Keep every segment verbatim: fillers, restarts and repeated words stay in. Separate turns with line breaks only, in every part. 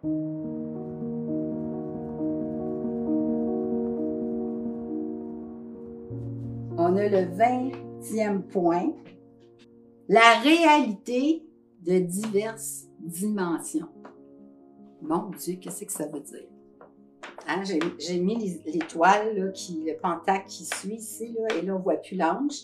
On a le vingtième point, la réalité de diverses dimensions. Mon Dieu, qu'est-ce que ça veut dire? Hein, j'ai mis l'étoile, le pentacle qui suit ici, là, et là, on ne voit plus l'ange.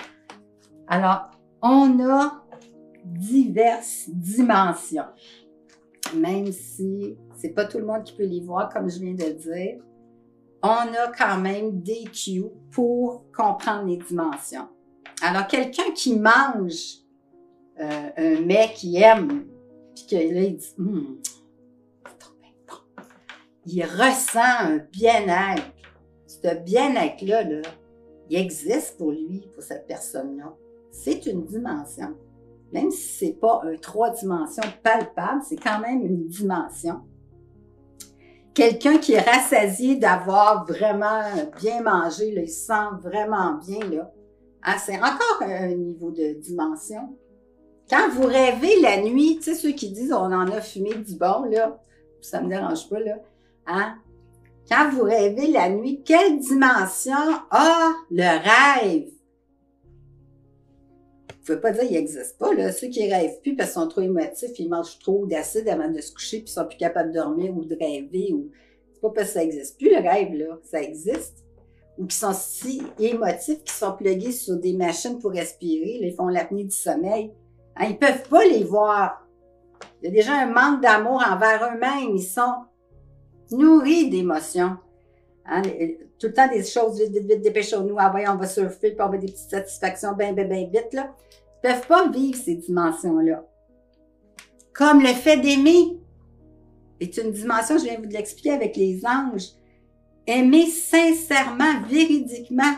Alors, on a diverses dimensions, même si ce n'est pas tout le monde qui peut les voir, comme je viens de dire. On a quand même des cues pour comprendre les dimensions. Alors, quelqu'un qui mange euh, un mets qu'il aime, puis que là, il dit hum, c'est trop bien bon. Il ressent un bien-être. Ce bien-être-là, là, il existe pour lui, pour cette personne-là. C'est une dimension. Même si ce n'est pas un trois dimensions palpable, c'est quand même une dimension. Quelqu'un qui est rassasié d'avoir vraiment bien mangé, là, il se sent vraiment bien, là. Hein, c'est encore un niveau de dimension. Quand vous rêvez la nuit, tu sais, ceux qui disent on en a fumé du bon, là, ça ne me dérange pas, là. Hein? Quand vous rêvez la nuit, quelle dimension a le rêve? Vous ne pouvez pas dire qu'il n'existe pas, là. Ceux qui ne rêvent plus parce qu'ils sont trop émotifs, ils mangent trop d'acide avant de se coucher, puis ils sont plus capables de dormir ou de rêver. Ou... C'est pas parce que ça n'existe plus, le rêve, là. Ça existe. Ou qui sont si émotifs qu'ils sont plugués sur des machines pour respirer. Là, ils font l'apnée du sommeil. Hein, ils ne peuvent pas les voir. Il y a déjà un manque d'amour envers eux-mêmes. Ils sont nourris d'émotions. Hein, tout le temps des choses vite, vite, vite, dépêchons-nous. Ah ouais, on va surfer, puis on va des petites satisfactions bien, bien, bien vite, là. Ils ne peuvent pas vivre ces dimensions-là. Comme le fait d'aimer est une dimension, je viens vous de l'expliquer avec les anges. Aimer sincèrement, véridiquement,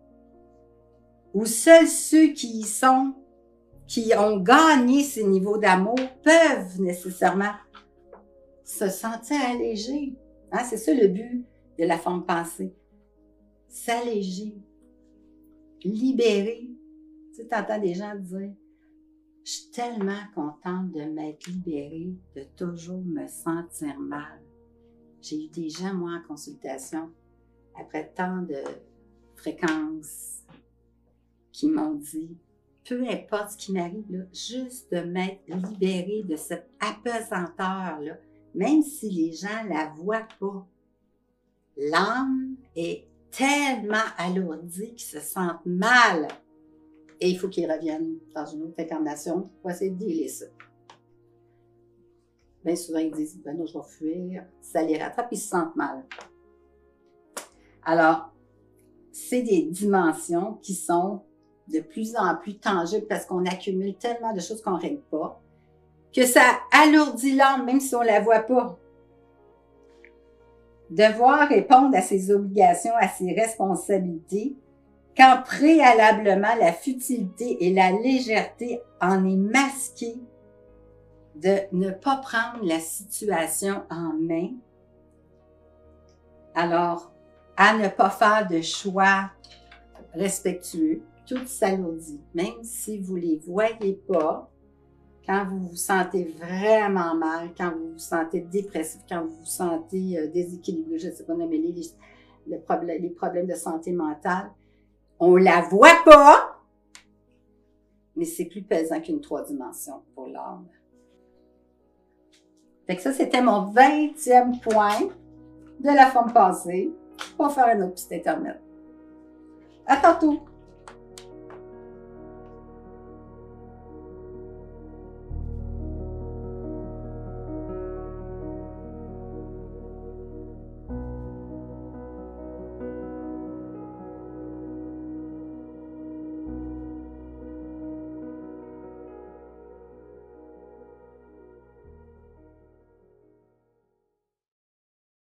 où seuls ceux qui y sont, qui ont gagné ces niveaux d'amour, peuvent nécessairement se sentir allégés. Hein, c'est ça le but de la forme pensée. S'alléger, libérer. Tu sais, t'entends des gens dire « Je suis tellement contente de m'être libérée, de toujours me sentir mal. » J'ai eu des gens, moi, en consultation, après tant de fréquences, qui m'ont dit « Peu importe ce qui m'arrive, là, juste de m'être libérée de cette apesanteur-là, même si les gens ne la voient pas. L'âme est tellement alourdie qu'ils se sentent mal. Et il faut qu'ils reviennent dans une autre incarnation pour essayer de dealer ça. » Bien souvent, ils disent « Ben non, je vais fuir. » Ça les rattrape, ils se sentent mal. Alors, c'est des dimensions qui sont de plus en plus tangibles parce qu'on accumule tellement de choses qu'on ne règle pas, que ça alourdit l'âme, même si on ne la voit pas. Devoir répondre à ses obligations, à ses responsabilités, quand préalablement la futilité et la légèreté en est masquée, de ne pas prendre la situation en main, alors à ne pas faire de choix respectueux, tout s'alourdit. Même si vous ne les voyez pas, quand vous vous sentez vraiment mal, quand vous vous sentez dépressif, quand vous vous sentez euh, déséquilibré, je ne sais pas nommer les, les, problèmes, les problèmes de santé mentale, on ne la voit pas, mais c'est plus pesant qu'une trois dimensions pour l'âme. Fait que ça, c'était mon vingtième point de la forme passée. On va faire un autre petit internet. À tantôt!